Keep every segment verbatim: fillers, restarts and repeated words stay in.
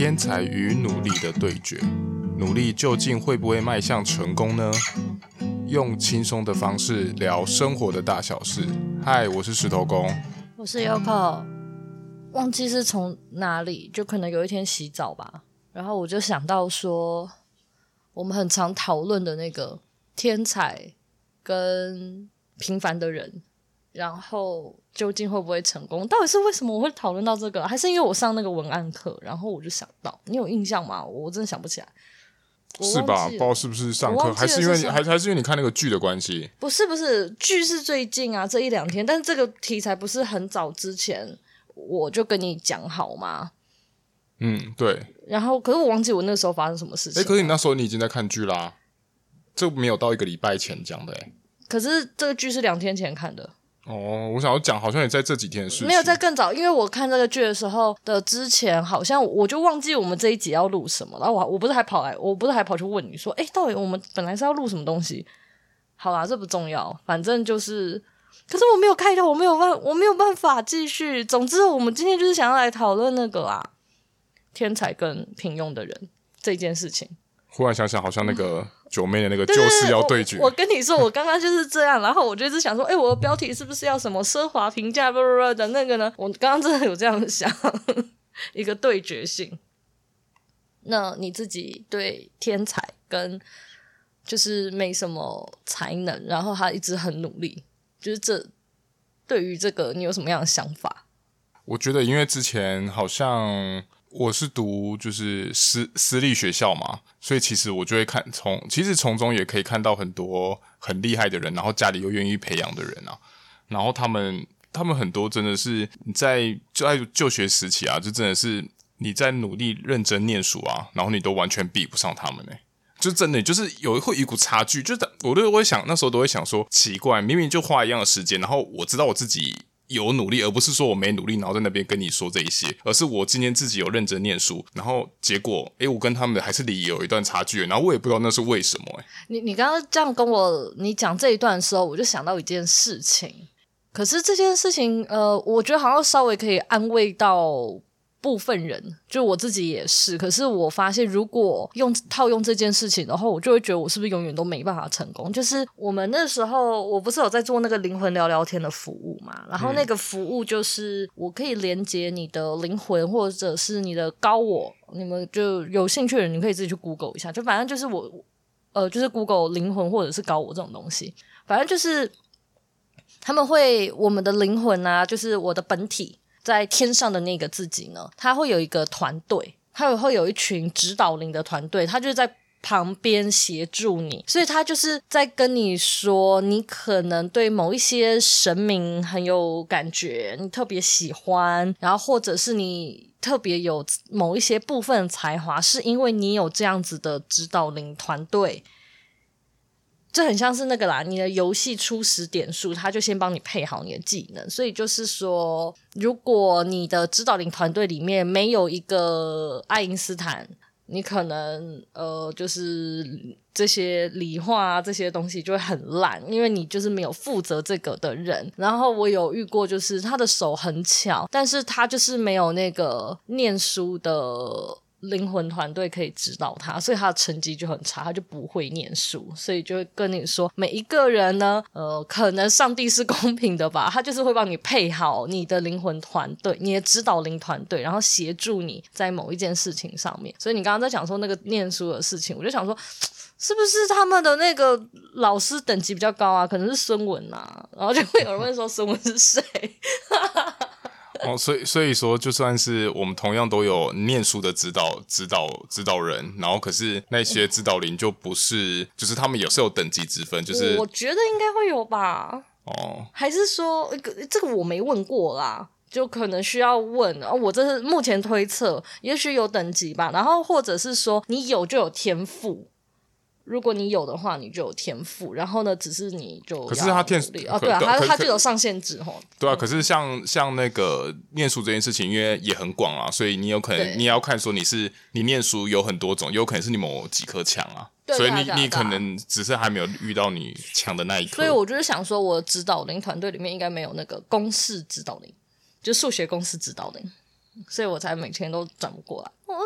天才与努力的对决，努力究竟会不会迈向成功呢？用轻松的方式聊生活的大小事。嗨，我是石头公， 我是 Yoko。忘记是从哪里，就可能有一天洗澡吧，然后我就想到说，我们很常讨论的那个天才跟平凡的人，然后究竟会不会成功？到底是为什么我会讨论到这个？还是因为我上那个文案课，然后我就想到，你有印象吗？我真的想不起来。 是吧？不知道是不是上课，还是因为还还是因为你看那个剧的关系？ 不是不是，剧是最近啊，这一两天，但是这个题材不是很早之前我就跟你讲好吗？ 嗯，对。 然后，可是我忘记我那时候发生什么事情。 哎，可是你那时候你已经在看剧啦，这没有到一个礼拜前讲的哎。 可是这个剧是两天前看的。 哦，我想要讲好像也在这几天的事情。 没有在更早，因为我看这个剧的时候的之前，好像我就忘记我们这一集要录什么，然后我我不是还跑来，我不是还跑去问你说，哎，到底我们本来是要录什么东西？好啦，这不重要，反正就是，可是我没有开头，我没有办，我没有办法继续。总之，我们今天就是想要来讨论那个啊，天才跟平庸的人这件事情。 忽然想想，好像那个九妹的那个就是要对决。 我, 我跟你说，我刚刚就是这样，然后我就一直想说，哎、欸，我的标题是不是要什么奢华评价的那个呢？我刚刚真的有这样想，一个对决性。那你自己对天才跟就是没什么才能，然后他一直很努力，就是这对于这个你有什么样的想法？ 我觉得，因为之前好像。我是读就是私私立学校嘛，所以其实我就会看从，其实从中也可以看到很多很厉害的人，然后家里又愿意培养的人啊，然后他们他们很多真的是你在就在就学时期啊，就真的是你在努力认真念书啊，然后你都完全比不上他们欸，就真的就是有会一股差距，就是我都会想那时候都会想说奇怪，明明就花一样的时间，然后我知道我自己。有努力，而不是说我没努力，然后在那边跟你说这一些，而是我今天自己有认真念书，然后结果，诶，我跟他们还是离有一段差距，然后我也不知道那是为什么。诶， 你你刚刚这样跟我你讲这一段的时候，我就想到一件事情，可是这件事情，呃，我觉得好像稍微可以安慰到部分人，就我自己也是。可是我发现，如果用套用这件事情的话，我就会觉得我是不是永远都没办法成功。就是我们那时候，我不是有在做那个灵魂聊聊天的服务嘛，然后那个服务就是我可以连接你的灵魂或者是你的高我，你们就有兴趣的人，你可以自己去 Google 一下，就反正就是我，呃，就是 Google 灵魂或者是高我这种东西，反正就是他们会我们的灵魂啊，就是我的本体。在天上的那个自己呢，他会有一个团队，他会有一群指导灵的团队，他就是在旁边协助你，所以他就是在跟你说，你可能对某一些神明很有感觉，你特别喜欢，然后或者是你特别有某一些部分才华，是因为你有这样子的指导灵团队。这很像是那个啦，你的游戏初始点数，他就先帮你配好你的技能，所以就是说，如果你的指导灵团队里面没有一个爱因斯坦，你可能呃，就是这些理化啊这些东西就会很烂，因为你就是没有负责这个的人。然后我有遇过，就是他的手很巧，但是他就是没有那个念书的灵魂团队可以指导他，所以他的成绩就很差，他就不会念书，所以就会跟你说每一个人呢呃，可能上帝是公平的吧，他就是会帮你配好你的灵魂团队，你的指导灵团队，然后协助你在某一件事情上面。所以你刚刚在讲说那个念书的事情，我就想说是不是他们的那个老师等级比较高啊，可能是孙文啊，然后就会有人问说孙文是谁哦，所以所以说，就算是我们同样都有念书的指导指导指导人，然后可是那些指导灵就不是，就是他们也是有等级之分，就是我觉得应该会有吧。哦，还是说这个我没问过啦，就可能需要问、哦、我这是目前推测，也许有等级吧，然后或者是说你有就有天赋。如果你有的话，你就有天赋，然后呢，只是你就可是他天哦，对啊，他他就有上限值吼。 对啊，可是像像那个念书这件事情，因为也很广啊，所以你有可能你也要看说你是你念书有很多种，有可能是你某几科强啊，所以你你可能只是还没有遇到你强的那一科。 所以我就是想说，我的指导灵团队里面应该没有那个公式指导灵，就数学公式指导灵。所以我才每天都转不过来。我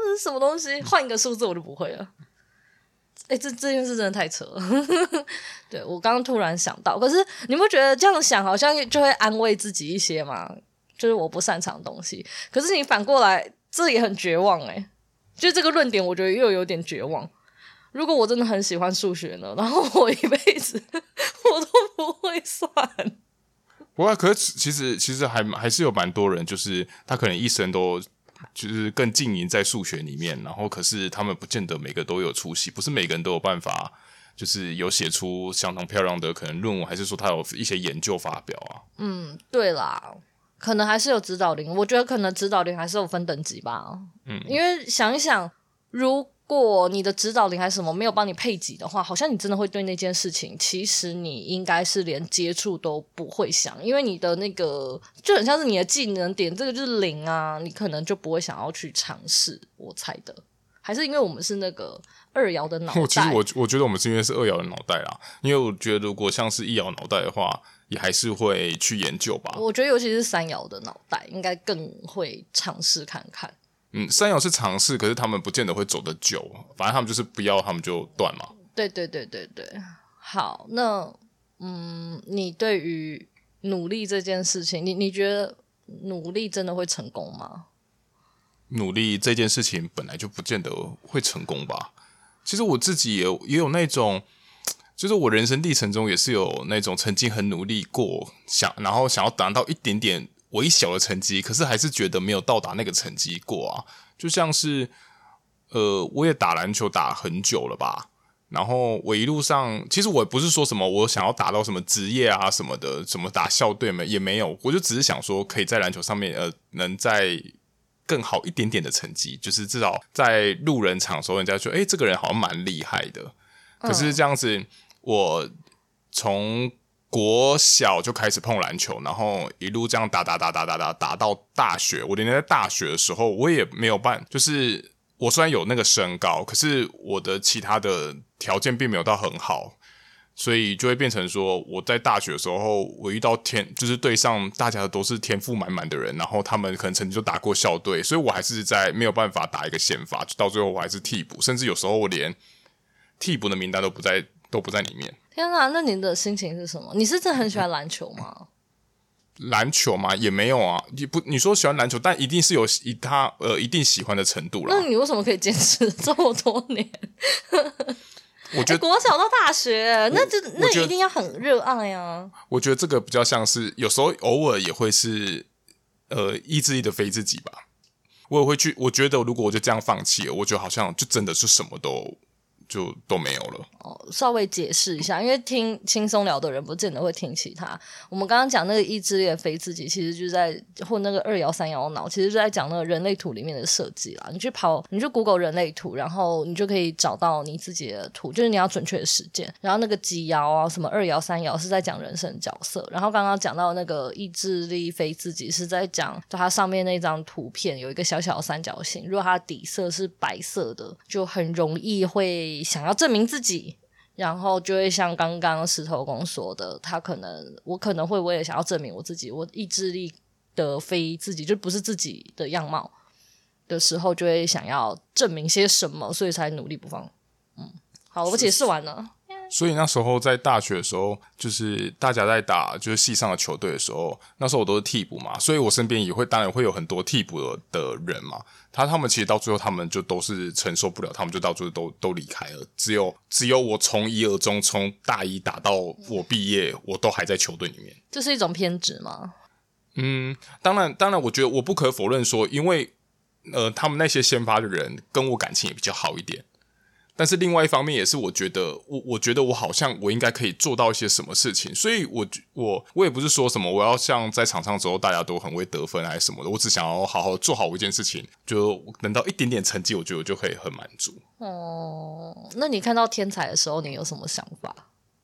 这是什么东西？换一个数字我就不会了。哎、欸，这这件事真的太扯了。对，我刚刚突然想到，可是你不觉得这样想好像就会安慰自己一些吗？就是我不擅长的东西，可是你反过来，这也很绝望哎、欸。就这个论点，我觉得又有点绝望。如果我真的很喜欢数学呢，然后我一辈子我都不会算。 不过，可是其实其实还还是有蛮多人，就是他可能一生都就是更浸淫在数学里面，然后可是他们不见得每个都有出息，不是每个人都有办法，就是有写出相当漂亮的可能论文，还是说他有一些研究发表啊？ 嗯，对啦，可能还是有指导灵，我觉得可能指导灵还是有分等级吧。嗯，因为想一想，如如果你的指导灵还是什么没有帮你配给的话，好像你真的会对那件事情，其实你应该是连接触都不会想，因为你的那个就很像是你的技能点，这个就是零啊，你可能就不会想要去尝试。我猜的，还是因为我们是那个二爻的脑袋。 其实我我觉得我们是因为是二爻的脑袋啦，因为我觉得如果像是一爻脑袋的话，也还是会去研究吧。 我觉得尤其是三爻的脑袋，应该更会尝试看看。 嗯，三爻是尝试，可是他们不见得会走得久，反正他们就是不要，他们就断嘛。 对对对对对，好，那嗯，你对于努力这件事情，你你觉得努力真的会成功吗？ 努力这件事情本来就不见得会成功吧。其实我自己也有也有那种，就是我人生历程中也是有那种曾经很努力过，想然后想要达到一点点微小的成绩，可是还是觉得没有到达那个成绩过啊。就像是呃，我也打篮球打很久了吧，然后我一路上其实我也不是说什么我想要达到什么职业啊什么的，什么打校队们也没有，我就只是想说可以在篮球上面呃能在更好一点点的成绩，就是至少在路人场的时候人家说诶这个人好像蛮厉害的。可是这样子、嗯、我从国小就开始碰篮球，然后一路这样打打打打打打打到大学。我连在大学的时候，我也没有办，就是我虽然有那个身高，可是我的其他的条件并没有到很好，所以就会变成说，我在大学的时候，我遇到天就是对上大家都是天赋满满的人，然后他们可能曾经就打过校队，所以我还是在没有办法打一个先发，到最后我还是替补，甚至有时候我连替补的名单都不在都不在里面。 天哪，那你的心情是什么？你是真的很喜欢篮球吗？ 篮球嘛，也没有啊。你不，你说喜欢篮球，但一定是有一他呃一定喜欢的程度啦。 那你为什么可以坚持这么多年？ 我觉得、欸、 国小到大学，那就那一定要很热爱啊。 我觉得这个比较像是有时候偶尔也会是呃意志力的非自己吧。我也会去，我觉得如果我就这样放弃了，我觉得好像就真的是什么都。就都没有了。 哦，稍微解释一下，因为听轻松聊的人不见得会听其他。我们刚刚讲那个意志力的非自己，其实就在或那个二爻三爻脑，其实就在讲那个人类图里面的设计啦。你去跑，你去 Google 人类图，然后你就可以找到你自己的图，就是你要准确的实践。然后那个几爻啊，什么二爻三爻是在讲人生角色，然后刚刚讲到那个意志力非自己是在讲，就它上面那张图片有一个小小的三角形，如果它底色是白色的，就很容易会想要证明自己，然后就会像刚刚石头公说的，他可能我可能会为了想要证明我自己，我意志力的非自己就不是自己的样貌的时候，就会想要证明些什么，所以才努力不放。嗯，好，我解释完了。 所以那时候在大学的时候，就是大家在打就是系上的球队的时候，那时候我都是替补嘛，所以我身边也会当然会有很多替补 的, 的人嘛。他他们其实到最后他们就都是承受不了，他们就到最后都都离开了。只有只有我从一而终，从大一打到我毕业，我都还在球队里面。 这是一种偏执吗？ 嗯，当然当然，我觉得我不可否认说，因为呃他们那些先发的人跟我感情也比较好一点。但是另外一方面也是我觉得我我觉得我好像我应该可以做到一些什么事情，所以我我我也不是说什么我要像在场上之后大家都很会得分还是什么的，我只想要好好做好一件事情，就能到一点点成绩，我觉得我就可以很满足。 哦，那你看到天才的时候你有什么想法？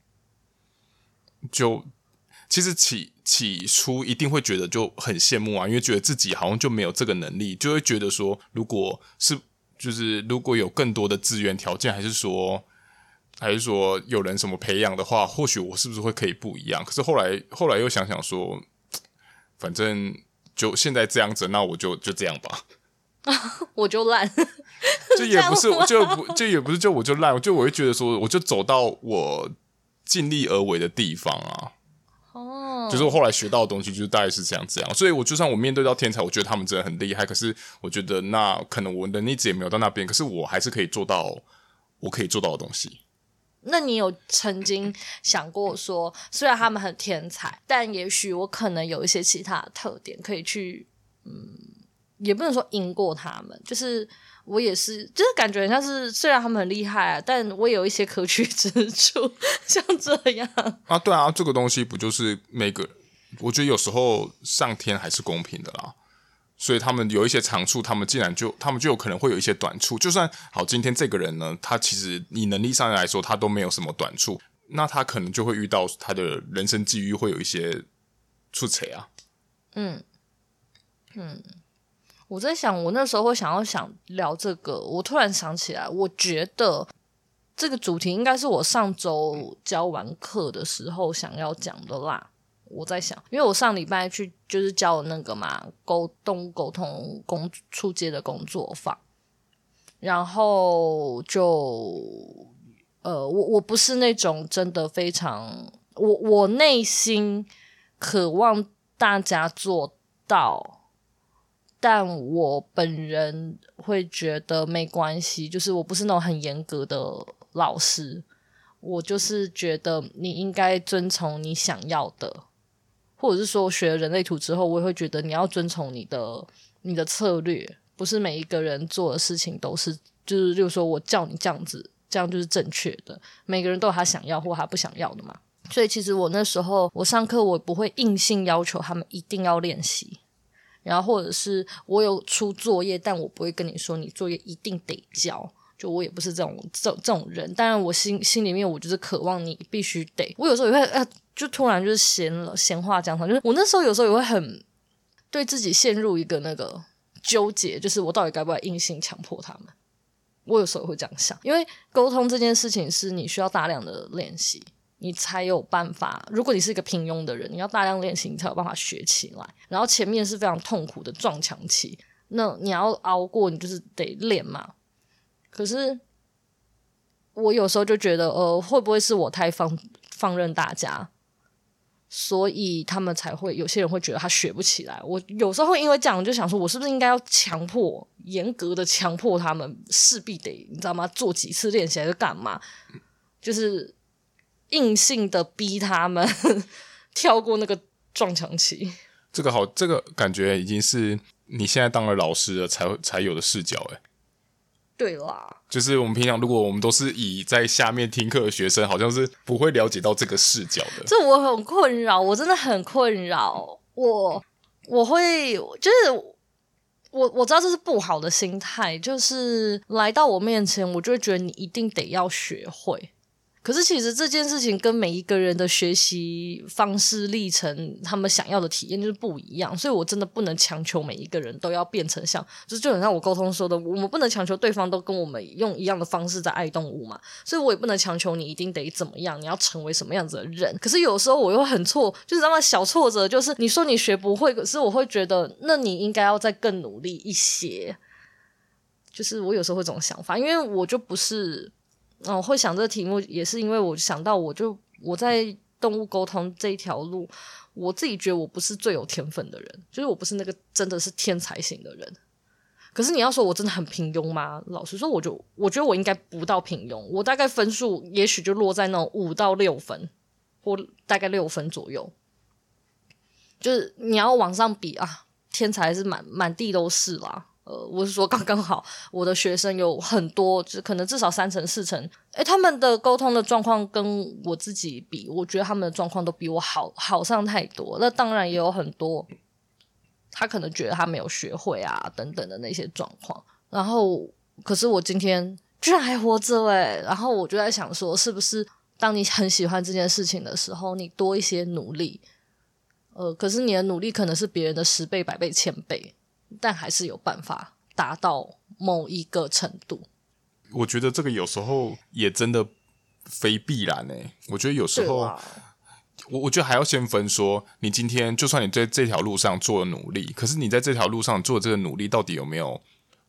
就其实起起初一定会觉得就很羡慕啊，因为觉得自己好像就没有这个能力，就会觉得说如果是就是如果有更多的资源条件，还是说还是说有人什么培养的话，或许我是不是会可以不一样。可是后来后来又想想说，反正就现在这样子，那我就就这样吧。 我就烂， 就也不是，就不就也不是，就我就烂，就我会觉得说，我就走到我尽力而为的地方啊。哦，就是我后来学到的东西，就是大概是这样这样。所以我就算我面对到天才，我觉得他们真的很厉害，可是我觉得那可能我能力值也没有到那边，可是我还是可以做到我可以做到的东西。 那你有曾经想过说，虽然他们很天才，但也许我可能有一些其他的特点可以去，嗯，也不能说赢过他们，就是我也是，就是感觉很像是虽然他们很厉害啊，但我也有一些可取之处，像这样啊，对啊，这个东西不就是每个，我觉得有时候上天还是公平的啦。所以他们有一些长处，他们竟然就他们就有可能会有一些短处。就算好，今天这个人呢，他其实以能力上来说，他都没有什么短处，那他可能就会遇到他的人生际遇会有一些出错啊。 嗯嗯，我在想，我那时候会想要想聊这个，我突然想起来，我觉得这个主题应该是我上周教完课的时候想要讲的啦。我在想，因为我上礼拜去就是教那个嘛沟动物沟通工初阶的工作坊，然后就呃，我我不是那种真的非常，我我内心渴望大家做到，但我本人会觉得没关系，就是我不是那种很严格的老师，我就是觉得你应该遵从你想要的。或者是说我学了人类图之后，我也会觉得你要遵从你的你的策略，不是每一个人做的事情都是就是例如说我叫你这样子，这样就是正确的，每个人都有他想要或他不想要的嘛。所以其实我那时候我上课我不会硬性要求他们一定要练习，然后或者是我有出作业，但我不会跟你说你作业一定得交，就我也不是这种这这种人。当然我心心里面我就是渴望你必须得，我有时候也会呃就突然就是闲了闲话讲上，就是我那时候有时候也会很对自己陷入一个那个纠结，就是我到底该不该硬性强迫他们。我有时候会这样想，因为沟通这件事情是你需要大量的练习，你才有办法，如果你是一个平庸的人，你要大量练习你才有办法学起来，然后前面是非常痛苦的撞墙期，那你要熬过你就是得练嘛。可是我有时候就觉得呃，会不会是我太放放任大家，所以他们才会有些人会觉得他学不起来。我有时候会因为这样就想说，我是不是应该要强迫严格的强迫他们势必得你知道吗做几次练习还是干嘛，就是硬性的逼他们跳过那个撞墙期。 这个好，这个感觉已经是你现在当了老师了才才有的视角诶。 对啦， 就是我们平常如果我们都是以在下面听课的学生，好像是不会了解到这个视角的。 这我很困扰，我真的很困扰。我我会就是我我知道这是不好的心态，就是来到我面前，我就会觉得你一定得要学会。可是其实这件事情跟每一个人的学习方式历程他们想要的体验就是不一样，所以我真的不能强求每一个人都要变成像就是就很像我沟通说的，我们不能强求对方都跟我们用一样的方式在爱动物嘛，所以我也不能强求你一定得怎么样，你要成为什么样子的人。可是有时候我又很挫，就是那么小挫折，就是你说你学不会，可是我会觉得那你应该要再更努力一些，就是我有时候会这种想法，因为我就不是嗯，我会想这个题目也是因为我想到我就我在动物沟通这一条路，我自己觉得我不是最有天分的人，就是我不是那个真的是天才型的人。可是你要说我真的很平庸吗？老实说我就我觉得我应该不到平庸，我大概分数也许就落在那种五到六分或大概六分左右，就是你要往上比啊，天才是满满地都是啦。呃，我是说刚刚好，我的学生有很多，就可能至少三成四成，诶，他们的沟通的状况跟我自己比，我觉得他们的状况都比我好好上太多。那当然也有很多，他可能觉得他没有学会啊等等的那些状况。然后，可是我今天居然还活着诶，然后我就在想说，是不是当你很喜欢这件事情的时候，你多一些努力，呃，可是你的努力可能是别人的十倍、百倍、千倍。但还是有办法达到某一个程度。 我觉得这个有时候也真的非必然欸。我觉得有时候我我觉得还要先分说，你今天就算你在这条路上做了努力，可是你在这条路上做的这个努力到底有没有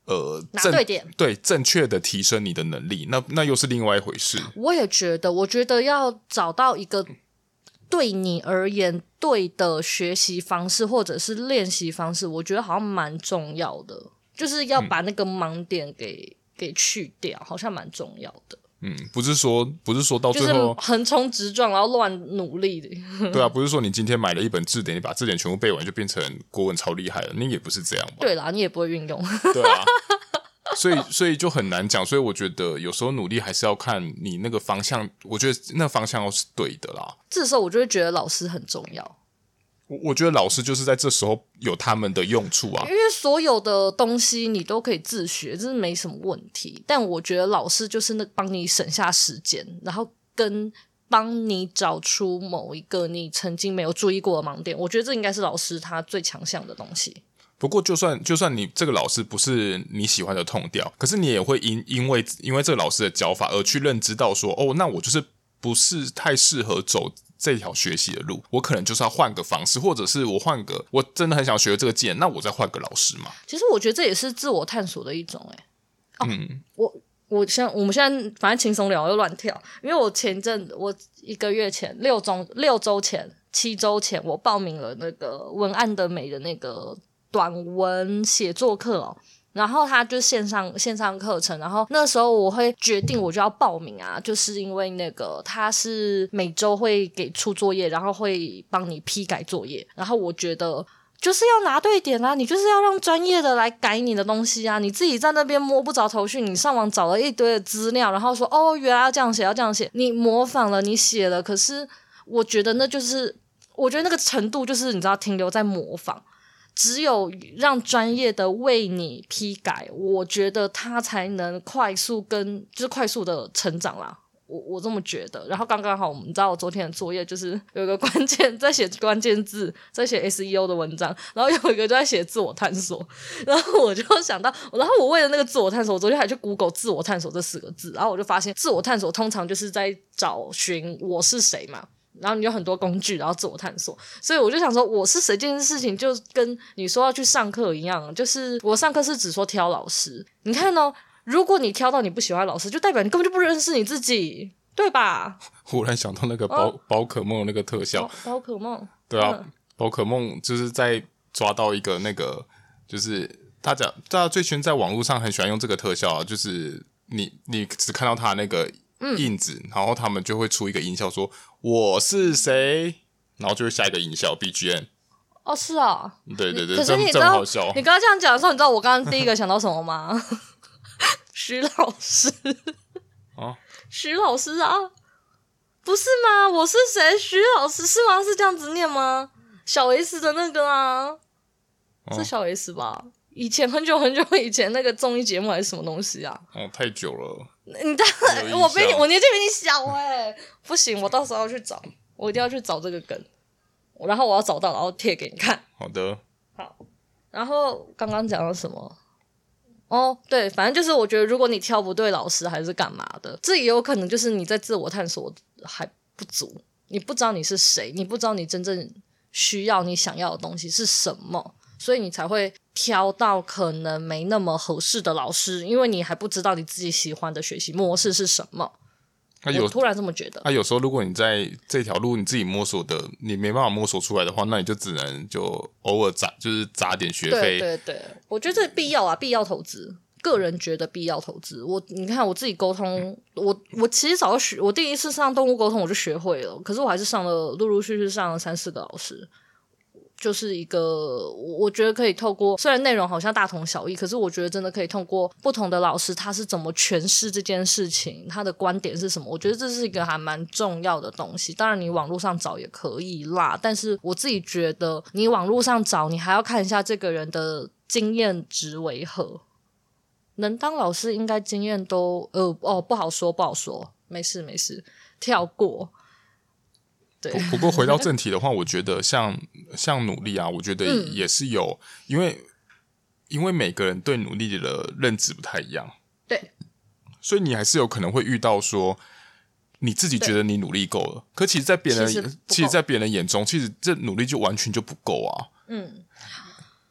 呃拿对点， 对正确的提升你的能力，那那又是另外一回事。 我也觉得，我觉得要找到一个对你而言对的学习方式或者是练习方式，我觉得好像蛮重要的，就是要把那个盲点给、嗯、给去掉，好像蛮重要的。 嗯，不是说不是说到最后就是横冲直撞，然后乱努力的。 对啊，不是说你今天买了一本字典，你把字典全部背完就变成国文超厉害了，你也不是这样吧？ 对啦，你也不会运用。 对啊，所以所以就很难讲。所以我觉得有时候努力还是要看你那个方向，我觉得那个方向要是对的啦。 这时候我就会觉得老师很重要。 我觉得老师就是在这时候有他们的用处啊， 因为所有的东西你都可以自学，这是没什么问题。但我觉得老师就是那帮你省下时间，然后跟帮你找出某一个你曾经没有注意过的盲点。我觉得这应该是老师他最强项的东西。 不过就算就算你这个老师不是你喜欢的痛调，可是你也会因因为因为这个老师的教法而去认知到说，哦，那我就是不是太适合走这条学习的路，我可能就是要换个方式，或者是我换个，我真的很想学这个技能，那我再换个老师嘛。 其实我觉得这也是自我探索的一种、欸，哦、 嗯， 我我现在我们现在反正轻松聊，又乱跳，因为我前阵我一个月前六周六周前七周前我报名了那个文案的美的那个短文写作课哦。然后他就线上线上课程，然后那时候我会决定我就要报名啊，就是因为那个他是每周会给出作业，然后会帮你批改作业，然后我觉得就是要拿对点啊，你就是要让专业的来改你的东西啊，你自己在那边摸不着头绪，你上网找了一堆的资料，然后说哦原来要这样写要这样写，你模仿了你写了，可是我觉得那就是我觉得那个程度就是你知道停留在模仿，只有让专业的为你批改，我觉得他才能快速跟就是快速的成长啦，我我这么觉得。然后刚刚好我们知道我昨天的作业就是有一个关键在写关键字，在写 S E O 的文章，然后有一个就在写自我探索，然后我就想到，然后我为了那个自我探索，我昨天还去 Google 自我探索这四个字，然后我就发现自我探索通常就是在找寻我是谁嘛，然后你有很多工具，然后自我探索，所以我就想说我是谁这件事情就跟你说要去上课一样，就是我上课是只说挑老师，你看哦，如果你挑到你不喜欢老师，就代表你根本就不认识你自己，对吧？ 忽然想到那个宝、哦、宝可梦的那个特效， 宝可梦， 对啊， 嗯、 宝可梦就是在抓到一个那个，就是大家大家最圈在网络上很喜欢用这个特效啊，就是你你只看到他那个印子、嗯、然后他们就会出一个音效说我是谁，然后就会下一个音效 B G M。 哦是啊， 对对对， 可是你知道你刚刚这样讲的时候，你知道我刚刚第一个想到什么吗？徐老师啊， 徐老师啊，不是吗？我是谁？徐老师是吗？是这样子念吗？小 S 的那个啊，哦、是小 S 吧？以前很久很久以前那个综艺节目还是什么东西啊？ 哦，太久了。 你当我比你我年纪比你小哎、欸，不行，我到时候要去找，我一定要去找这个梗，然后我要找到，然后贴给你看。 好的， 好。然后刚刚讲了什么？哦，对，反正就是我觉得，如果你挑不对老师还是干嘛的，这也有可能就是你在自我探索还不足，你不知道你是谁，你不知道你真正需要你想要的东西是什么，所以你才会挑到可能没那么合适的老师，因为你还不知道你自己喜欢的学习模式是什么。我突然这么觉得。 啊，有时候如果你在这条路你自己摸索的，你没办法摸索出来的话，那你就只能就偶尔砸，就是砸点学费。 对对对，我觉得这必要啊，必要投资。个人觉得必要投资。我你看我自己沟通，我我其实早就学，我第一次上动物沟通我就学会了，可是我还是上了陆陆续续上了三四个老师。就是一个我觉得可以透过，虽然内容好像大同小异，可是我觉得真的可以透过不同的老师他是怎么诠释这件事情，他的观点是什么，我觉得这是一个还蛮重要的东西。当然你网络上找也可以啦，但是我自己觉得你网络上找你还要看一下这个人的经验值为何，能当老师应该经验都呃哦不好说不好说，没事没事跳过。对， 不过回到正题的话，我觉得像像努力啊，我觉得也是有，嗯、因为因为每个人对努力的认知不太一样， 对， 所以你还是有可能会遇到说你自己觉得你努力够了，可其实在别人其实，其实在别人眼中，其实这努力就完全就不够啊。 嗯，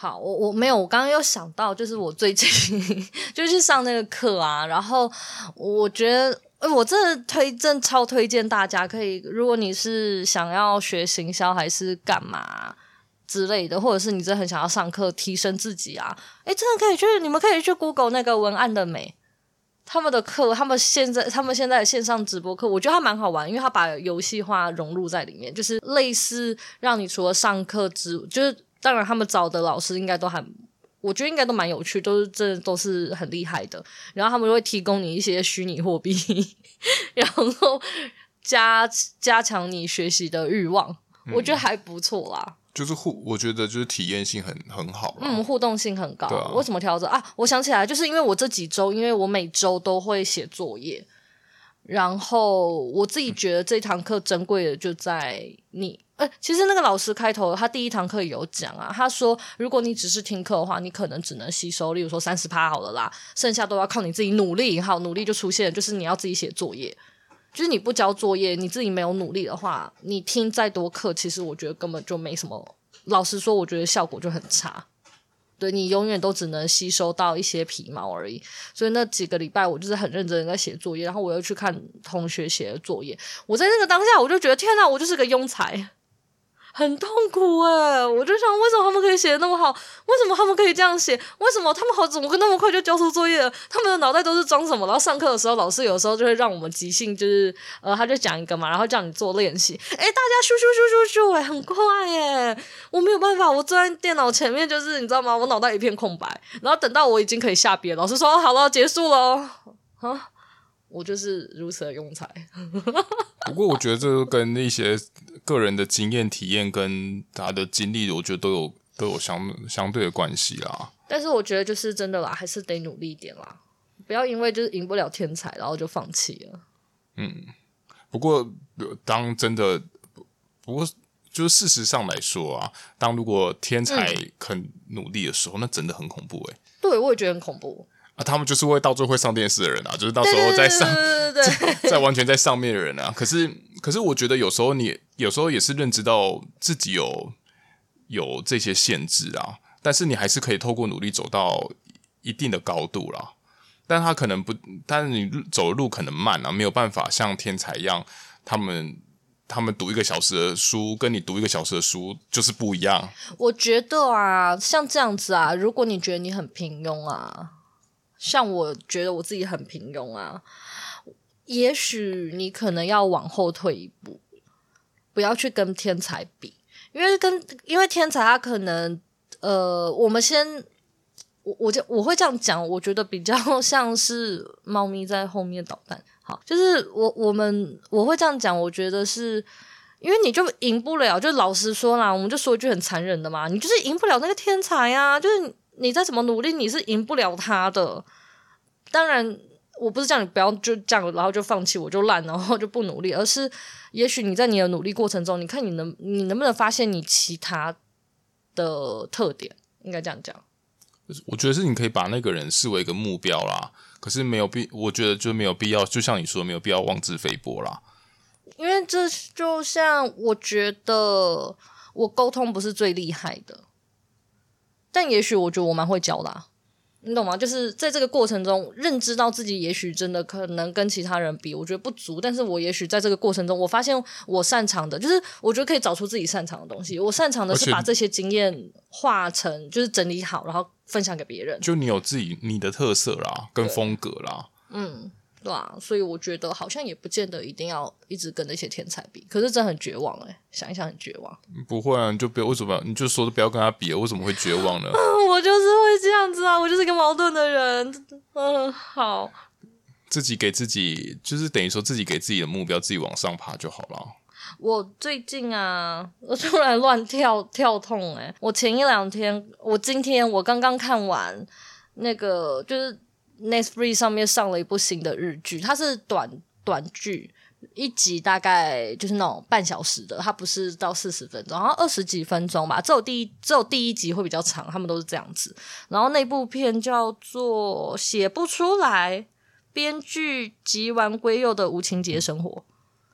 好，我我没有，我刚刚又想到，就是我最近就去上那个课啊，然后我觉得。我真的推荐超推荐大家可以，如果你是想要学行销还是干嘛之类的，或者是你真的很想要上课提升自己啊，诶真的可以去，你们可以去 Google 那个文案的美，他们的课，他们现在他们现在的线上直播课，我觉得它蛮好玩，因为它把游戏化融入在里面，就是类似让你除了上课之，就是当然他们找的老师应该都很。我觉得应该都蛮有趣，都是真的都是很厉害的。然后他们会提供你一些虚拟货币，然后加加强你学习的欲望，嗯、我觉得还不错啦。 就是互，我觉得就是体验性很很好啦， 嗯，互动性很高。 对啊， 为什么调整啊？我想起来，就是因为我这几周，因为我每周都会写作业，然后我自己觉得这堂课珍贵的就在你。呃，其实那个老师开头他第一堂课有讲啊，他说如果你只是听课的话，你可能只能吸收例如说 百分之三十 好了啦，剩下都要靠你自己努力。好，努力就出现就是你要自己写作业，就是你不交作业，你自己没有努力的话，你听再多课其实我觉得根本就没什么，老实说我觉得效果就很差，对，你永远都只能吸收到一些皮毛而已。所以那几个礼拜我就是很认真的在写作业，然后我又去看同学写的作业，我在那个当下我就觉得天哪，我就是个庸才，很痛苦欸，我就想为什么他们可以写得那么好，为什么他们可以这样写，为什么他们好怎么那么快就交出作业了，他们的脑袋都是装什么。然后上课的时候老师有时候就会让我们即兴，就是呃他就讲一个嘛，然后叫你做练习，诶大家咻咻咻咻咻诶很快耶，我没有办法，我坐在电脑前面就是你知道吗，我脑袋一片空白，然后等到我已经可以下笔了，老师说好了结束了啊，我就是如此的庸才。 不过我觉得这跟一些个人的经验体验跟他的经历我觉得都有都有相相对的关系啦。 但是我觉得就是真的啦，还是得努力一点啦，不要因为就是赢不了天才然后就放弃了。嗯， 不过当真的不过就是事实上来说啊，当如果天才肯努力的时候、嗯、那真的很恐怖欸。 对，我也觉得很恐怖啊，他们就是会到最后会上电视的人啊，就是到时候在上， 对对对对在, 在完全在上面的人啊。可是，可是我觉得有时候你有时候也是认知到自己有有这些限制啊，但是你还是可以透过努力走到一定的高度啦。但他可能不，但是你走的路可能慢啊，没有办法像天才一样，他们他们读一个小时的书，跟你读一个小时的书就是不一样。 我觉得啊，像这样子啊，如果你觉得你很平庸啊。像我觉得我自己很平庸啊，也许你可能要往后退一步，不要去跟天才比，因为跟因为天才他可能呃，我们先我我就我会这样讲，我觉得比较像是猫咪在后面捣蛋。好，就是我我们我会这样讲，我觉得是因为你就赢不了，就老实说啦，我们就说一句很残忍的嘛，你就是赢不了那个天才啊，就是你再怎么努力你是赢不了他的。当然我不是叫你不要就这样然后就放弃我就烂然后就不努力，而是也许你在你的努力过程中，你看你能你能不能发现你其他的特点，应该这样讲。 我觉得是你可以把那个人视为一个目标啦，可是没有必我觉得就没有必要，就像你说的没有必要妄自菲薄啦。 因为这就像我觉得我沟通不是最厉害的，但也许我觉得我蛮会教的啊，你懂吗？就是在这个过程中认知到自己也许真的可能跟其他人比我觉得不足，但是我也许在这个过程中我发现我擅长的就是我觉得可以找出自己擅长的东西，我擅长的是把这些经验化成就是整理好然后分享给别人， 就你有自己你的特色啦跟风格啦。 嗯，对啊，所以我觉得好像也不见得一定要一直跟那些天才比，可是真的很绝望欸，想一想很绝望。 不会啊，你就不要为什么你就说不要跟他比，为什么会绝望呢？ 我就是会这样子啊，我就是一个矛盾的人。嗯，好， 自己给自己就是等于说自己给自己的目标，自己往上爬就好了。 我最近啊，我突然乱跳跳痛欸，我前一两天，我今天我刚刚看完那个就是 Netflix 上面上了一部新的日剧，它是短短剧，一集大概就是那种半小时的，它不是到四十分钟，然后二十几分钟吧，只有第一只有第一集会比较长，他们都是这样子。然后那部片叫做写不出来，编剧吉丸圭佑的无情节生活。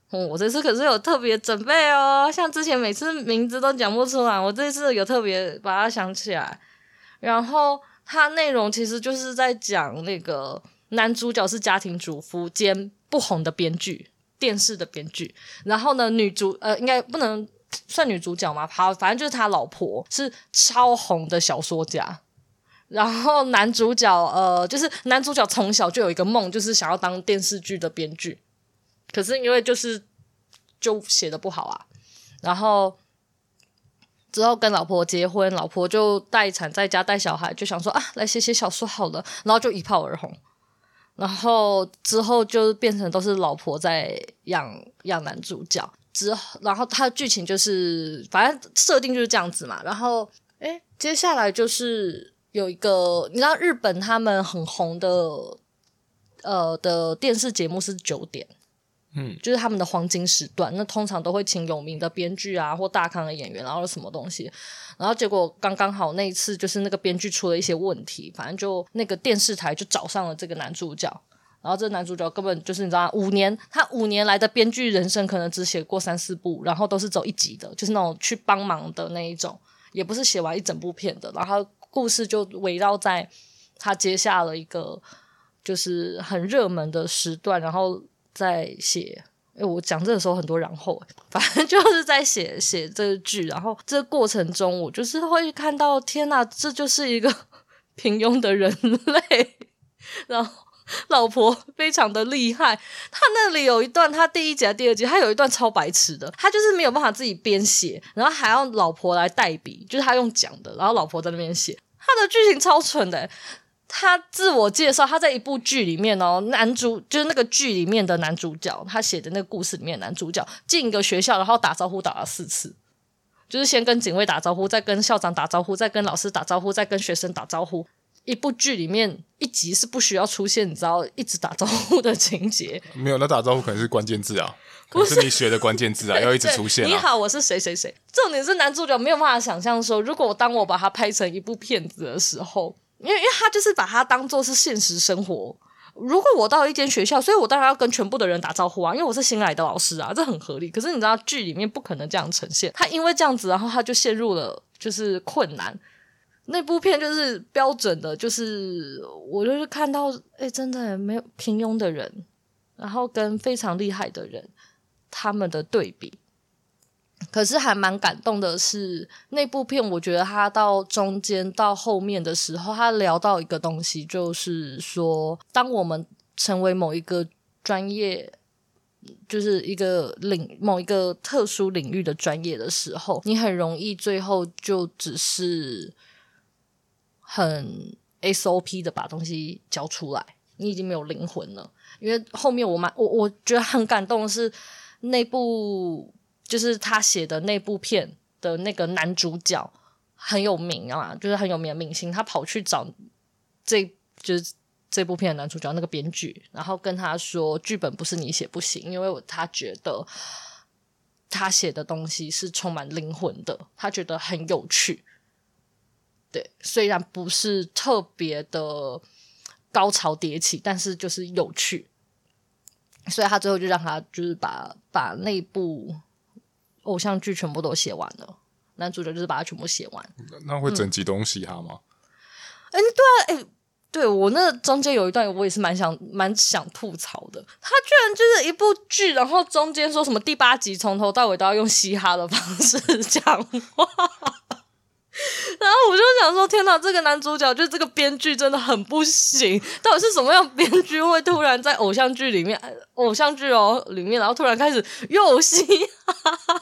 嗯，我这次可是有特别准备哦，像之前每次名字都讲不出来，我这次有特别把它想起来。然后它内容其实就是在讲那个男主角是家庭主妇兼不红的编剧，电视的编剧。然后呢，女主呃应该不能算女主角嘛，好，反正就是他老婆是超红的小说家。然后男主角呃，就是男主角从小就有一个梦，就是想要当电视剧的编剧，可是因为就是就写的不好啊，然后之后跟老婆结婚，老婆就待产在家带小孩，就想说啊，来写写小说好了，然后就一炮而红。然后之后就变成都是老婆在养养男主角，之后然后他的剧情就是反正设定就是这样子嘛。然后诶接下来就是有一个，你知道日本他们很红的呃的电视节目是九点， 嗯， 就是他们的黄金时段，那通常都会请有名的编剧啊或大咖的演员，然后什么东西，然后结果刚刚好那一次就是那个编剧出了一些问题，反正就那个电视台就找上了这个男主角，然后这男主角根本就是你知道五年他五年来的编剧人生可能只写过三四部，然后都是走一集的，就是那种去帮忙的那一种，也不是写完一整部片的，然后故事就围绕在他接下了一个就是很热门的时段，然后在写，诶我讲这个时候很多然后，反正就是在写写这个剧，然后这个过程中我就是会看到天哪，这就是一个平庸的人类，然后老婆非常的厉害，他那里有一段，他第一集还第二集他有一段超白痴的，他就是没有办法自己编写，然后还要老婆来代笔，就是他用讲的，然后老婆在那边写，他的剧情超蠢的。他自我介绍，他在一部剧里面哦，男主就是那个剧里面的男主角，他写的那个故事里面的男主角进一个学校，然后打招呼打了四次，就是先跟警卫打招呼，再跟校长打招呼，再跟老师打招呼，再跟学生打招呼。一部剧里面一集是不需要出现你知道一直打招呼的情节， 没有，那打招呼可能是关键字啊，可能是你学的关键字啊，要一直出现啊。 你好，我是谁谁谁。重点是男主角没有办法想象说，如果当我把它拍成一部片子的时候，因为因为他就是把它当作是现实生活。如果我到一间学校，所以我当然要跟全部的人打招呼啊，因为我是新来的老师啊，这很合理。可是你知道剧里面不可能这样呈现，他因为这样子，然后他就陷入了就是困难。那部片就是标准的，就是我就是看到，哎，真的没有平庸的人，然后跟非常厉害的人，他们的对比。可是还蛮感动的是，那部片我觉得他到中间到后面的时候，他聊到一个东西，就是说，当我们成为某一个专业，就是一个领某一个特殊领域的专业的时候，你很容易最后就只是很 S O P 的把东西交出来，你已经没有灵魂了。因为后面我蛮我我觉得很感动的是那部就是他写的那部片的那个男主角很有名啊，就是很有名的明星，他跑去找这就是这部片的男主角那个编剧，然后跟他说剧本不是你写不行，因为他觉得他写的东西是充满灵魂的，他觉得很有趣。对，虽然不是特别的高潮迭起，但是就是有趣，所以他最后就让他就是把把那部偶像剧全部都写完了，男主角就是把它全部写完。 那会整集东西哈吗？ 哎、嗯，对啊，哎，对我那中间有一段我也是蛮想蛮想吐槽的，他居然就是一部剧，然后中间说什么第八集从头到尾都要用嘻哈的方式讲话。然后我就想说天哪，这个男主角就这个编剧真的很不行，到底是什么样编剧会突然在偶像剧里面偶像剧哦里面然后突然开始又嘻哈，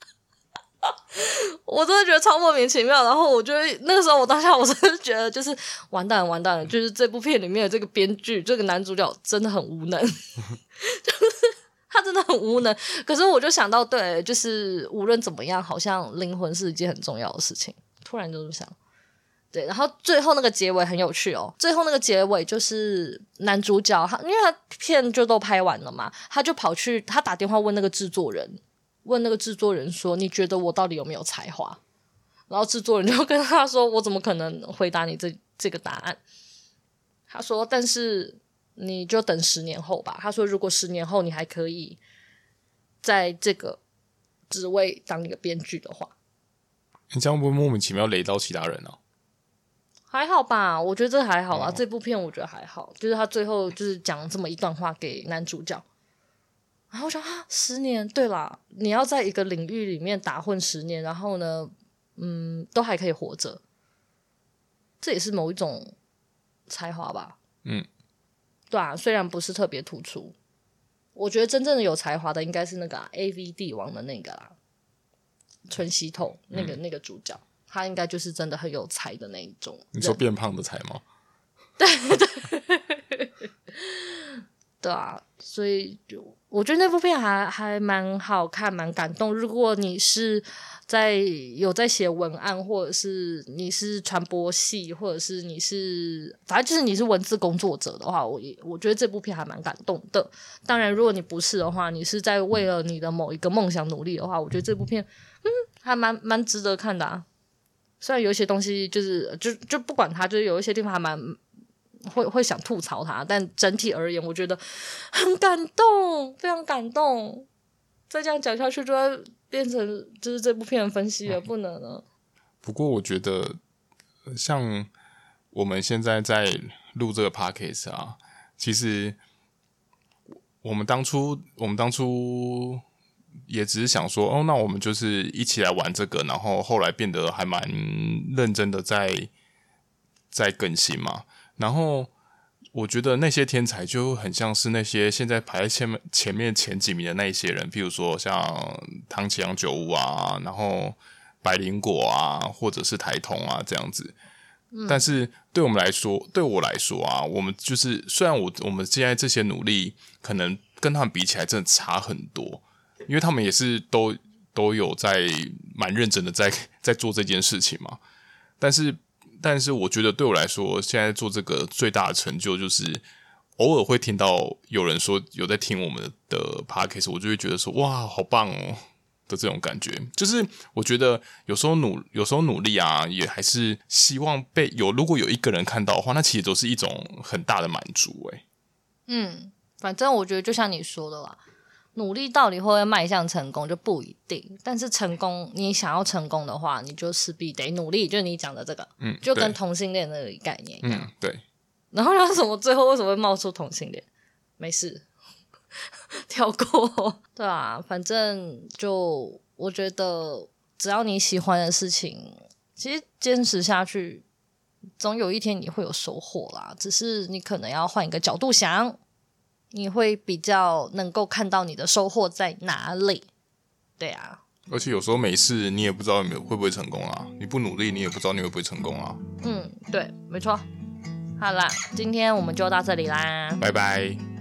我真的觉得超莫名其妙。然后我觉得那个时候我当下我真的觉得就是完蛋了完蛋了，就是这部片里面的这个编剧这个男主角真的很无能就是他真的很无能。可是我就想到对，就是无论怎么样好像灵魂是一件很重要的事情，突然就想对。然后最后那个结尾很有趣哦，最后那个结尾就是男主角他因为他片就都拍完了嘛，他就跑去他打电话问那个制作人，问那个制作人说你觉得我到底有没有才华，然后制作人就跟他说我怎么可能回答你这这个答案，他说但是你就等十年后吧，他说如果十年后你还可以在这个职位当一个编剧的话， 你这样会不会莫名其妙雷到其他人啊？ 还好吧，我觉得这还好啦、 哦、 这部片我觉得还好，就是他最后就是讲这么一段话给男主角，然后我想啊，十年，对啦，你要在一个领域里面打混十年，然后呢，嗯，都还可以活着，这也是某一种才华吧。 嗯， 对啊，虽然不是特别突出，我觉得真正的有才华的应该是那个、啊、A V 帝王的那个啦，春熙透那个、嗯、那个主角。他应该就是真的很有才的那一种。 你说变胖的才吗？ 对对对啊，所以就我觉得那部片还还蛮好看，蛮感动。如果你是在有在写文案，或者是你是传播系，或者是你是反正就是你是文字工作者的话，我也我觉得这部片还蛮感动的。当然，如果你不是的话，你是在为了你的某一个梦想努力的话，我觉得这部片嗯还蛮蛮值得看的啊。虽然有一些东西就是就就不管它，就是有一些地方还蛮会会想吐槽它，但整体而言，我觉得很感动，非常感动。再这样讲下去，就要变成就是这部片的分析了，不能了。 不过我觉得，像我们现在在录这个 podcast 啊，其实我们当初我们当初。也只是想说，哦，那我们就是一起来玩这个，然后后来变得还蛮认真的在在更新嘛。然后我觉得那些天才就很像是那些现在排在前面前面前几名的那一些人，譬如说像唐启阳九五啊，然后百灵果啊，或者是台通啊这样子。嗯、但是对我们来说，对我来说啊，我们就是虽然我我们现在这些努力可能跟他们比起来真的差很多。因为他们也是都都有在蛮认真的在在做这件事情嘛，但是但是我觉得对我来说，现在做这个最大的成就就是偶尔会听到有人说有在听我们的 podcast， 我就会觉得说哇好棒哦的这种感觉。就是我觉得有时候努有时候努力啊，也还是希望被有如果有一个人看到的话，那其实都是一种很大的满足诶、欸。 嗯，反正我觉得就像你说的啦。努力到底会不会迈向成功就不一定，但是成功，你想要成功的话，你就势必得努力，就是你讲的这个， 嗯， 就跟同性恋那个概念一样， 嗯，对。 然后让什么最后为什么会冒出同性恋？没事，跳过。对啊，反正就我觉得，只要你喜欢的事情，其实坚持下去，总有一天你会有收获啦。只是你可能要换一个角度想。你会比较能够看到你的收获在哪里，对啊。 而且有时候没事，你也不知道你会不会成功啊。你不努力，你也不知道你会不会成功啊。 嗯，对，没错。好啦，今天我们就到这里啦， 拜拜。